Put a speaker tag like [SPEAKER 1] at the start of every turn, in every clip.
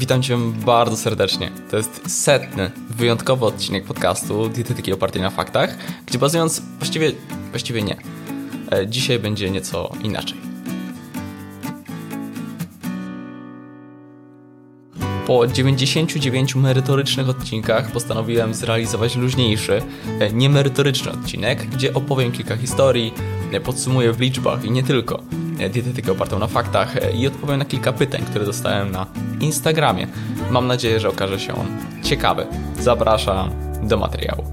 [SPEAKER 1] Witam Cię bardzo serdecznie. To jest 100. wyjątkowy odcinek podcastu Dietetyki opartej na faktach, gdzie bazując właściwie nie. Dzisiaj będzie nieco inaczej. Po 99 merytorycznych odcinkach postanowiłem zrealizować luźniejszy, niemerytoryczny odcinek, gdzie opowiem kilka historii, podsumuję w liczbach i nie tylko dietetykę opartą na faktach i odpowiem na kilka pytań, które dostałem na Instagramie. Mam nadzieję, że okaże się on ciekawy. Zapraszam do materiału.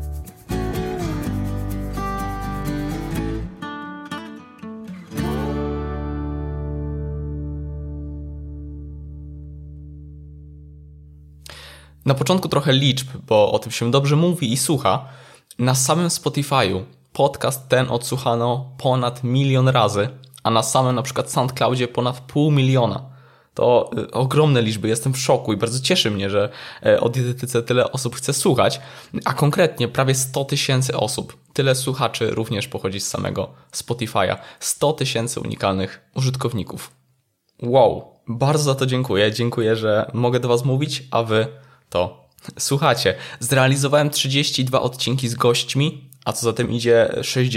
[SPEAKER 1] Na początku trochę liczb, bo o tym się dobrze mówi i słucha. Na samym Spotify'u podcast ten odsłuchano ponad 1 milion razy, a na samym na przykład SoundCloudzie ponad 500 000. To ogromne liczby, jestem w szoku i bardzo cieszy mnie, że o dietetyce tyle osób chce słuchać, a konkretnie prawie 100 000 osób. Tyle słuchaczy również pochodzi z samego Spotify'a. 100 000 unikalnych użytkowników. Wow, bardzo za to dziękuję. Dziękuję, że mogę do Was mówić, a Wy to słuchacie. Zrealizowałem 32 odcinki z gośćmi, a co za tym idzie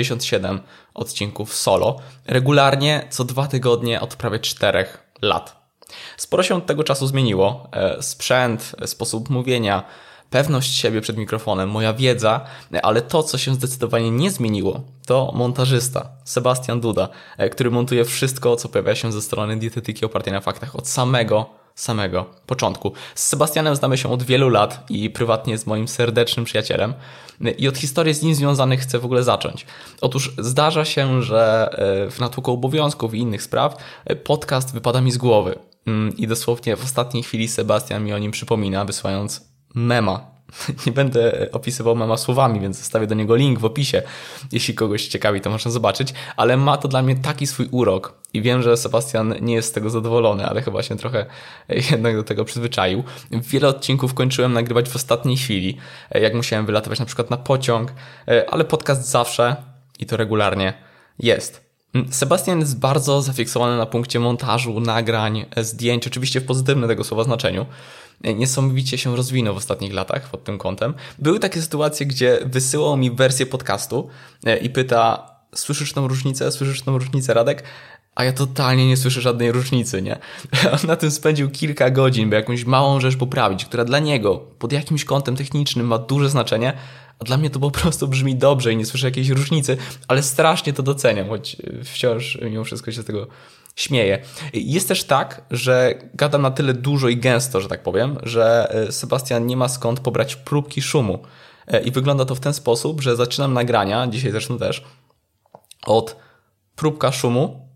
[SPEAKER 1] 67 odcinków solo. Regularnie co 2 tygodnie od prawie 4 lat. Sporo się od tego czasu zmieniło. Sprzęt, sposób mówienia, pewność siebie przed mikrofonem, moja wiedza, ale to, co się zdecydowanie nie zmieniło, to montażysta Sebastian Duda, który montuje wszystko, co pojawia się ze strony dietetyki opartej na faktach od samego początku. Z Sebastianem znamy się od wielu lat i prywatnie jest moim serdecznym przyjacielem i od historii z nim związanych chcę w ogóle zacząć. Otóż zdarza się, że w natłoku obowiązków i innych spraw podcast wypada mi z głowy i dosłownie w ostatniej chwili Sebastian mi o nim przypomina, wysyłając mema. Nie będę opisywał mema słowami, więc zostawię do niego link w opisie. Jeśli kogoś ciekawi, to można zobaczyć. Ale ma to dla mnie taki swój urok i wiem, że Sebastian nie jest z tego zadowolony, ale chyba się trochę jednak do tego przyzwyczaił. Wiele odcinków kończyłem nagrywać w ostatniej chwili, jak musiałem wylatywać na przykład na pociąg, ale podcast zawsze i to regularnie jest. Sebastian jest bardzo zafiksowany na punkcie montażu, nagrań, zdjęć, oczywiście w pozytywnym tego słowa znaczeniu. Niesamowicie się rozwinął w ostatnich latach pod tym kątem. Były takie sytuacje, gdzie wysyłał mi wersję podcastu i pyta: słyszysz tą różnicę, Radek? A ja totalnie nie słyszę żadnej różnicy, nie? On na tym spędził kilka godzin, by jakąś małą rzecz poprawić, która dla niego pod jakimś kątem technicznym ma duże znaczenie, a dla mnie to po prostu brzmi dobrze i nie słyszę jakiejś różnicy, ale strasznie to doceniam, choć wciąż mimo wszystko się z tego śmieję. Jest też tak, że gadam na tyle dużo i gęsto, że tak powiem, że Sebastian nie ma skąd pobrać próbki szumu. I wygląda to w ten sposób, że zaczynam nagrania, dzisiaj zresztą też, od próbka szumu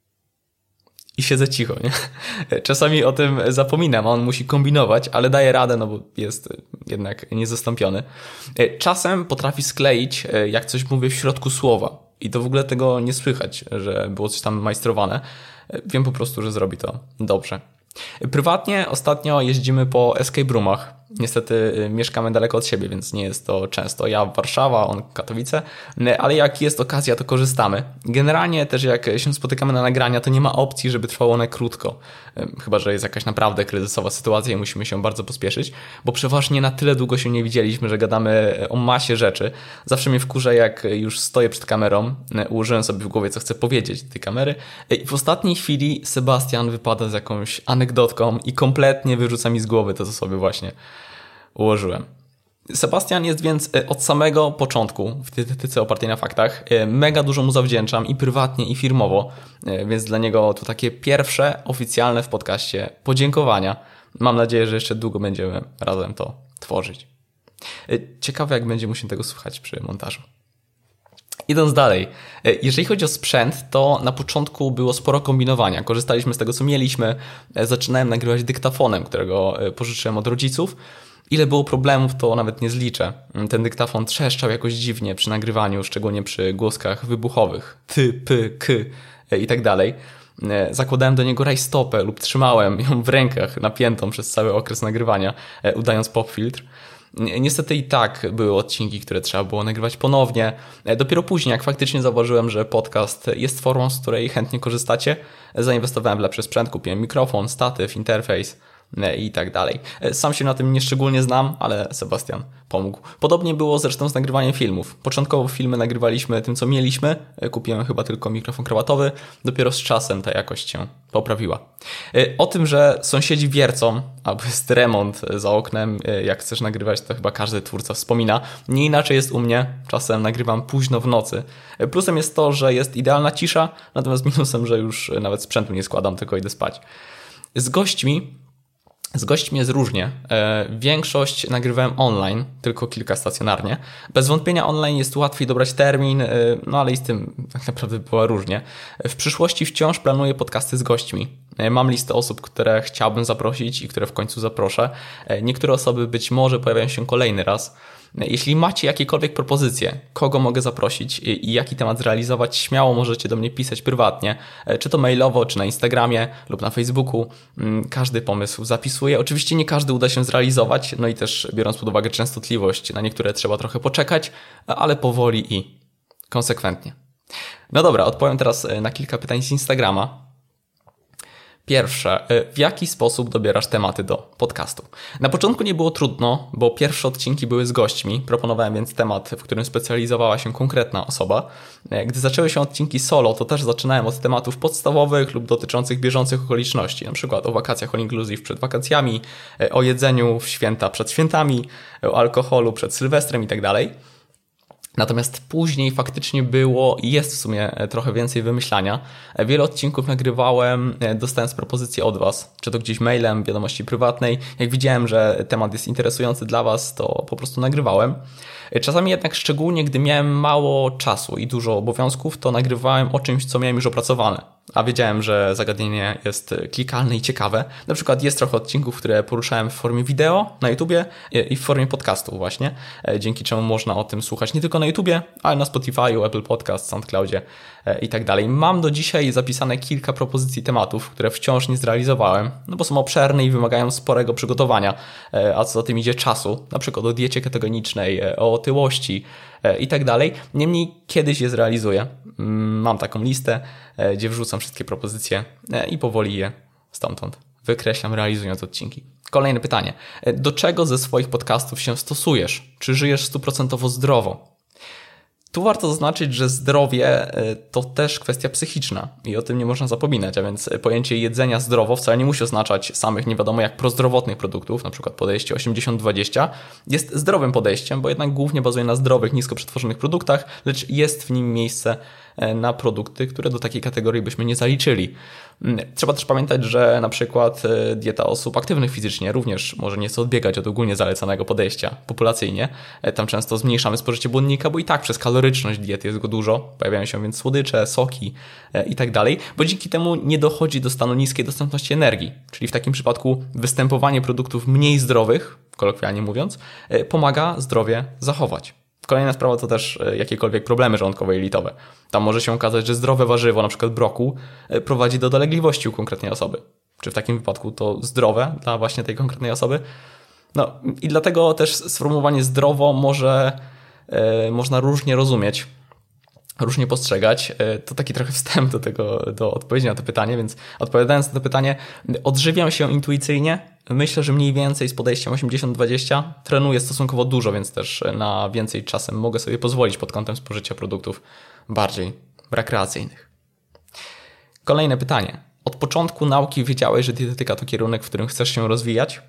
[SPEAKER 1] i siedzę cicho, nie? Czasami o tym zapominam, a on musi kombinować, ale daje radę, no bo jest jednak niezastąpiony. Czasem potrafi skleić, jak coś mówię w środku słowa i to w ogóle tego nie słychać, że było coś tam majstrowane. Wiem po prostu, że zrobi to dobrze. Prywatnie ostatnio jeździmy po escape roomach. Niestety mieszkamy daleko od siebie, więc nie jest to często. Ja Warszawa, on Katowice, ale jak jest okazja, to korzystamy. Generalnie też jak się spotykamy na nagrania, to nie ma opcji, żeby trwało one krótko. Chyba że jest jakaś naprawdę kryzysowa sytuacja i musimy się bardzo pospieszyć, bo przeważnie na tyle długo się nie widzieliśmy, że gadamy o masie rzeczy. Zawsze mnie wkurza, jak już stoję przed kamerą, ułożyłem sobie w głowie, co chcę powiedzieć do tej kamery i w ostatniej chwili Sebastian wypada z jakąś anegdotką i kompletnie wyrzuca mi z głowy to, co sobie właśnie ułożyłem. Sebastian jest więc od samego początku w dietetyce opartej na faktach. Mega dużo mu zawdzięczam i prywatnie, i firmowo, więc dla niego to takie pierwsze oficjalne w podcaście podziękowania. Mam nadzieję, że jeszcze długo będziemy razem to tworzyć. Ciekawe, jak będzie mu się tego słuchać przy montażu. Idąc dalej, jeżeli chodzi o sprzęt, to na początku było sporo kombinowania. Korzystaliśmy z tego, co mieliśmy. Zaczynałem nagrywać dyktafonem, którego pożyczyłem od rodziców. Ile było problemów, to nawet nie zliczę. Ten dyktafon trzeszczał jakoś dziwnie przy nagrywaniu, szczególnie przy głoskach wybuchowych. Ty, py, ky i tak dalej. Zakładałem do niego rajstopę lub trzymałem ją w rękach napiętą przez cały okres nagrywania, udając popfiltr. Niestety i tak były odcinki, które trzeba było nagrywać ponownie. Dopiero później, jak faktycznie zauważyłem, że podcast jest formą, z której chętnie korzystacie, zainwestowałem w lepszy sprzęt, kupiłem mikrofon, statyw, interfejs. i tak dalej. Sam się na tym nieszczególnie znam, ale Sebastian pomógł. Podobnie było zresztą z nagrywaniem filmów. Początkowo filmy nagrywaliśmy tym, co mieliśmy. Kupiłem chyba tylko mikrofon krawatowy. Dopiero z czasem ta jakość się poprawiła. O tym, że sąsiedzi wiercą, albo jest remont za oknem, jak chcesz nagrywać, to chyba każdy twórca wspomina. Nie inaczej jest u mnie. Czasem nagrywam późno w nocy. Plusem jest to, że jest idealna cisza, natomiast minusem, że już nawet sprzętu nie składam, tylko idę spać. Z gośćmi jest różnie. Większość nagrywałem online, tylko kilka stacjonarnie. Bez wątpienia online jest łatwiej dobrać termin, no ale i z tym tak naprawdę była różnie. W przyszłości wciąż planuję podcasty z gośćmi. Mam listę osób, które chciałbym zaprosić i które w końcu zaproszę. Niektóre osoby być może pojawiają się kolejny raz. Jeśli macie jakiekolwiek propozycje, kogo mogę zaprosić i jaki temat zrealizować, śmiało możecie do mnie pisać prywatnie, czy to mailowo, czy na Instagramie lub na Facebooku. Każdy pomysł zapisuję. Oczywiście nie każdy uda się zrealizować, no i też biorąc pod uwagę częstotliwość, na niektóre trzeba trochę poczekać, ale powoli i konsekwentnie. No dobra, odpowiem teraz na kilka pytań z Instagrama. Pierwsze, w jaki sposób dobierasz tematy do podcastu? Na początku nie było trudno, bo pierwsze odcinki były z gośćmi, proponowałem więc temat, w którym specjalizowała się konkretna osoba. Gdy zaczęły się odcinki solo, to też zaczynałem od tematów podstawowych lub dotyczących bieżących okoliczności, na przykład o wakacjach all inclusive przed wakacjami, o jedzeniu w święta przed świętami, o alkoholu przed Sylwestrem itd. Natomiast później faktycznie było i jest w sumie trochę więcej wymyślania. Wiele odcinków nagrywałem, dostając propozycje od Was, czy to gdzieś mailem, wiadomości prywatnej. Jak widziałem, że temat jest interesujący dla Was, to po prostu nagrywałem. Czasami jednak, szczególnie gdy miałem mało czasu i dużo obowiązków, to nagrywałem o czymś, co miałem już opracowane. A wiedziałem, że zagadnienie jest klikalne i ciekawe. Na przykład jest trochę odcinków, które poruszałem w formie wideo na YouTubie i w formie podcastu właśnie, dzięki czemu można o tym słuchać nie tylko na YouTubie, ale na Spotify'u, Apple Podcast, SoundCloudzie i tak dalej. Mam do dzisiaj zapisane kilka propozycji tematów, które wciąż nie zrealizowałem, no bo są obszerne i wymagają sporego przygotowania, a co za tym idzie czasu, na przykład o diecie ketogenicznej, o otyłości i tak dalej. Niemniej kiedyś je zrealizuję. Mam taką listę, gdzie wrzucam wszystkie propozycje i powoli je stamtąd wykreślam, realizując odcinki. Kolejne pytanie. Do czego ze swoich podcastów się stosujesz? Czy żyjesz 100% zdrowo? Tu warto zaznaczyć, że zdrowie to też kwestia psychiczna i o tym nie można zapominać, a więc pojęcie jedzenia zdrowo wcale nie musi oznaczać samych nie wiadomo jak prozdrowotnych produktów, na przykład podejście 80-20 jest zdrowym podejściem, bo jednak głównie bazuje na zdrowych, nisko przetworzonych produktach, lecz jest w nim miejsce na produkty, które do takiej kategorii byśmy nie zaliczyli. Trzeba też pamiętać, że na przykład dieta osób aktywnych fizycznie również może nieco odbiegać od ogólnie zalecanego podejścia populacyjnie. Tam często zmniejszamy spożycie błonnika, bo i tak przez kaloryczność diety jest go dużo. Pojawiają się więc słodycze, soki i tak dalej, bo dzięki temu nie dochodzi do stanu niskiej dostępności energii. Czyli w takim przypadku występowanie produktów mniej zdrowych, kolokwialnie mówiąc, pomaga zdrowie zachować. Kolejna sprawa to też jakiekolwiek problemy żołądkowo-jelitowe. Tam może się okazać, że zdrowe warzywo, na przykład brokuł, prowadzi do dolegliwości u konkretnej osoby. Czy w takim wypadku to zdrowe dla właśnie tej konkretnej osoby? No i dlatego też sformułowanie zdrowo można różnie rozumieć, różnie postrzegać. To taki trochę wstęp do odpowiedzi na to pytanie, więc odpowiadając na to pytanie, odżywiam się intuicyjnie. Myślę, że mniej więcej z podejściem 80-20. Trenuję stosunkowo dużo, więc też na więcej czasem mogę sobie pozwolić pod kątem spożycia produktów bardziej rekreacyjnych. Kolejne pytanie. Od początku nauki wiedziałeś, że dietetyka to kierunek, w którym chcesz się rozwijać?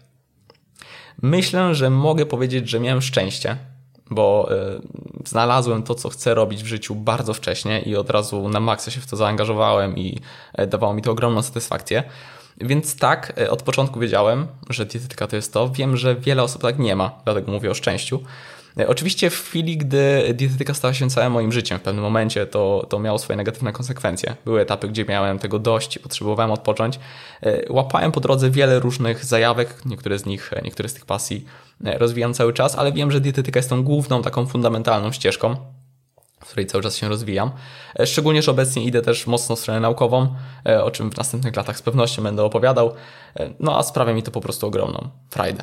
[SPEAKER 1] Myślę, że mogę powiedzieć, że miałem szczęście, bo znalazłem to, co chcę robić w życiu bardzo wcześnie i od razu na maksa się w to zaangażowałem i dawało mi to ogromną satysfakcję. Więc tak, od początku wiedziałem, że dietetyka to jest to. Wiem, że wiele osób tak nie ma, dlatego mówię o szczęściu. Oczywiście w chwili, gdy dietetyka stała się całym moim życiem, w pewnym momencie to miało swoje negatywne konsekwencje. Były etapy, gdzie miałem tego dość i potrzebowałem odpocząć. Łapałem po drodze wiele różnych zajawek, niektóre z tych pasji rozwijam cały czas, ale wiem, że dietetyka jest tą główną, taką fundamentalną ścieżką, w której cały czas się rozwijam. Szczególnie, że obecnie idę też mocno w stronę naukową, o czym w następnych latach z pewnością będę opowiadał, no a sprawia mi to po prostu ogromną frajdę.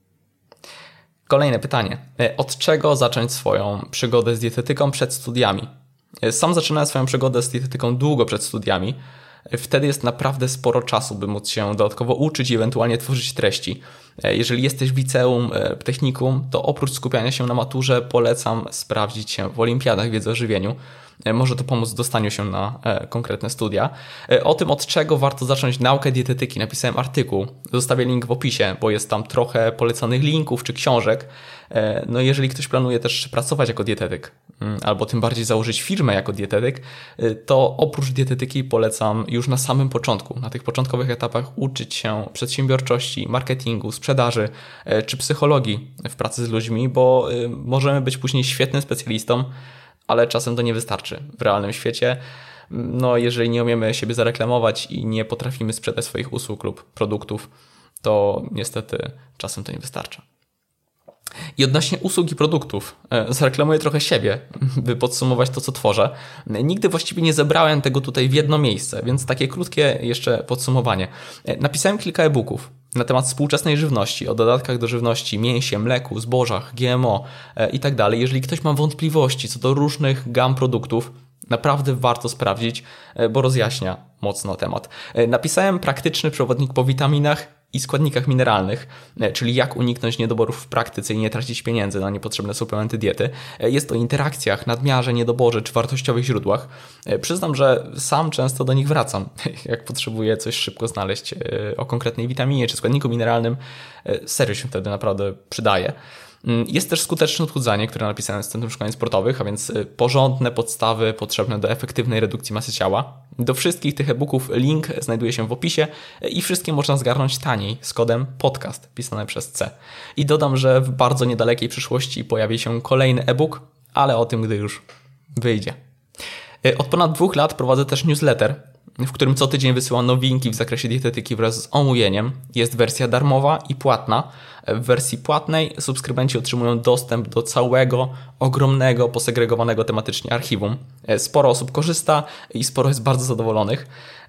[SPEAKER 1] Kolejne pytanie. Od czego zacząć swoją przygodę z dietetyką przed studiami? Sam zaczynałem swoją przygodę z dietetyką długo przed studiami. Wtedy jest naprawdę sporo czasu, by móc się dodatkowo uczyć i ewentualnie tworzyć treści. Jeżeli jesteś w liceum, technikum, to oprócz skupiania się na maturze polecam sprawdzić się w olimpiadach wiedzy o żywieniu. Może to pomóc w dostaniu się na konkretne studia. O tym, od czego warto zacząć naukę dietetyki, napisałem artykuł. Zostawię link w opisie, bo jest tam trochę polecanych linków czy książek. No jeżeli ktoś planuje też pracować jako dietetyk, albo tym bardziej założyć firmę jako dietetyk, to oprócz dietetyki polecam już na samym początku, na tych początkowych etapach uczyć się przedsiębiorczości, marketingu, sprzedaży czy psychologii w pracy z ludźmi, bo możemy być później świetnym specjalistą, ale czasem to nie wystarczy w realnym świecie. No, jeżeli nie umiemy siebie zareklamować i nie potrafimy sprzedać swoich usług lub produktów, to niestety czasem to nie wystarcza. I odnośnie usług i produktów, zareklamuję trochę siebie, by podsumować to, co tworzę. Nigdy właściwie nie zebrałem tego tutaj w jedno miejsce, więc takie krótkie jeszcze podsumowanie. Napisałem kilka e-booków na temat współczesnej żywności, o dodatkach do żywności, mięsie, mleku, zbożach, GMO i tak dalej. Jeżeli ktoś ma wątpliwości co do różnych gam produktów, naprawdę warto sprawdzić, bo rozjaśnia mocno temat. Napisałem praktyczny przewodnik po witaminach i składnikach mineralnych, czyli jak uniknąć niedoborów w praktyce i nie tracić pieniędzy na niepotrzebne suplementy diety. Jest o interakcjach, nadmiarze, niedoborze czy wartościowych źródłach. Przyznam, że sam często do nich wracam, jak potrzebuję coś szybko znaleźć o konkretnej witaminie czy składniku mineralnym. Serio się wtedy naprawdę przydaje. Jest też skuteczne odchudzanie, które napisałem z Centrum Szkoleń Sportowych, a więc porządne podstawy potrzebne do efektywnej redukcji masy ciała. Do wszystkich tych e-booków link znajduje się w opisie i wszystkie można zgarnąć taniej z kodem podcast pisane przez C. I dodam, że w bardzo niedalekiej przyszłości pojawi się kolejny e-book, ale o tym, gdy już wyjdzie. Od ponad 2 lat prowadzę też newsletter, w którym co tydzień wysyłam nowinki w zakresie dietetyki wraz z omówieniem. Jest wersja darmowa i płatna. W wersji płatnej subskrybenci otrzymują dostęp do całego, ogromnego, posegregowanego tematycznie archiwum. Sporo osób korzysta i sporo jest bardzo zadowolonych,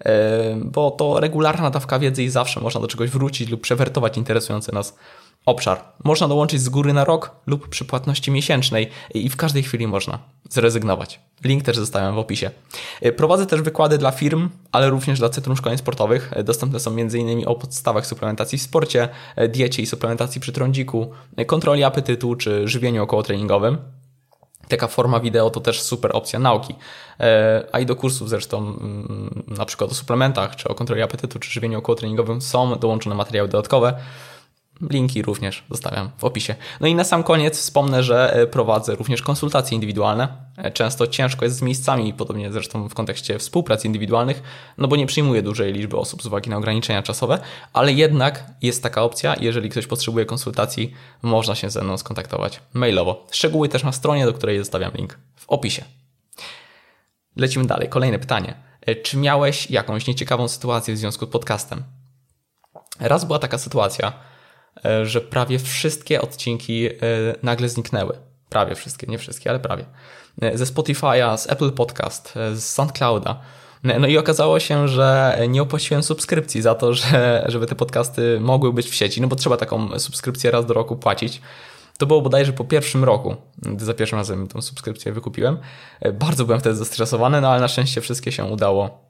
[SPEAKER 1] bo to regularna dawka wiedzy i zawsze można do czegoś wrócić lub przewertować interesujący nas obszar. Można dołączyć z góry na rok lub przy płatności miesięcznej i w każdej chwili można zrezygnować. Link też zostawiam w opisie. Prowadzę też wykłady dla firm, ale również dla Centrum Szkoleń Sportowych. Dostępne są m.in. o podstawach suplementacji w sporcie, diecie i suplementacji przy trądziku, kontroli apetytu czy żywieniu okołotreningowym. Taka forma wideo to też super opcja nauki. A i do kursów zresztą, na przykład o suplementach, czy o kontroli apetytu, czy żywieniu okołotreningowym są dołączone materiały dodatkowe. Linki również zostawiam w opisie. No i na sam koniec wspomnę, że prowadzę również konsultacje indywidualne. Często ciężko jest z miejscami, podobnie zresztą w kontekście współprac indywidualnych, no bo nie przyjmuję dużej liczby osób z uwagi na ograniczenia czasowe, ale jednak jest taka opcja, jeżeli ktoś potrzebuje konsultacji, można się ze mną skontaktować mailowo. Szczegóły też na stronie, do której zostawiam link w opisie. Lecimy dalej. Kolejne pytanie. Czy miałeś jakąś nieciekawą sytuację w związku z podcastem? Raz była taka sytuacja, że prawie wszystkie odcinki nagle zniknęły. Prawie wszystkie, nie wszystkie, ale prawie. Ze Spotify'a, z Apple Podcast, z SoundClouda. No i okazało się, że nie opłaciłem subskrypcji za to, żeby te podcasty mogły być w sieci, no bo trzeba taką subskrypcję raz do roku płacić. To było bodajże po pierwszym roku, gdy za pierwszym razem tą subskrypcję wykupiłem. Bardzo byłem wtedy zestresowany, no ale na szczęście wszystko się udało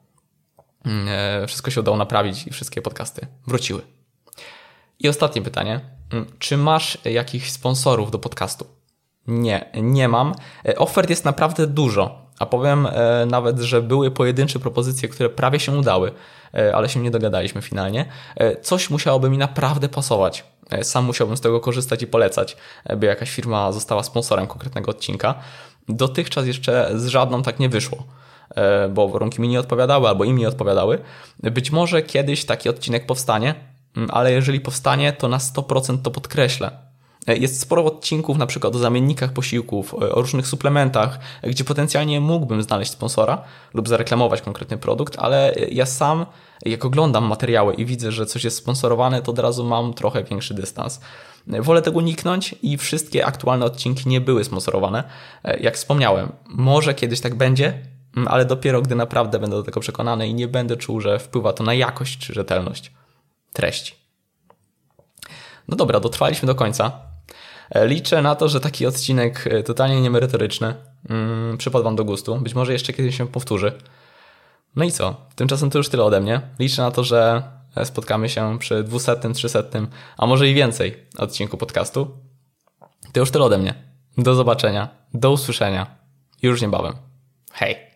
[SPEAKER 1] naprawić i wszystkie podcasty wróciły. I ostatnie pytanie. Czy masz jakichś sponsorów do podcastu? Nie mam. Ofert jest naprawdę dużo, a powiem nawet, że były pojedyncze propozycje, które prawie się udały, ale się nie dogadaliśmy finalnie. Coś musiałoby mi naprawdę pasować. Sam musiałbym z tego korzystać i polecać, by jakaś firma została sponsorem konkretnego odcinka. Dotychczas jeszcze z żadną tak nie wyszło, bo warunki mi nie odpowiadały albo im nie odpowiadały. Być może kiedyś taki odcinek powstanie, ale jeżeli powstanie, to na 100% to podkreślę. Jest sporo odcinków na przykład o zamiennikach posiłków, o różnych suplementach, gdzie potencjalnie mógłbym znaleźć sponsora lub zareklamować konkretny produkt, ale ja sam, jak oglądam materiały i widzę, że coś jest sponsorowane, to od razu mam trochę większy dystans. Wolę tego uniknąć i wszystkie aktualne odcinki nie były sponsorowane. Jak wspomniałem, może kiedyś tak będzie, ale dopiero gdy naprawdę będę do tego przekonany i nie będę czuł, że wpływa to na jakość czy rzetelność treści. No dobra, dotrwaliśmy do końca. Liczę na to, że taki odcinek totalnie niemerytoryczny przypadł Wam do gustu. Być może jeszcze kiedyś się powtórzy. No i co? Tymczasem to już tyle ode mnie. Liczę na to, że spotkamy się przy 200, 300, a może i więcej odcinku podcastu. To już tyle ode mnie. Do zobaczenia, do usłyszenia już niebawem. Hej!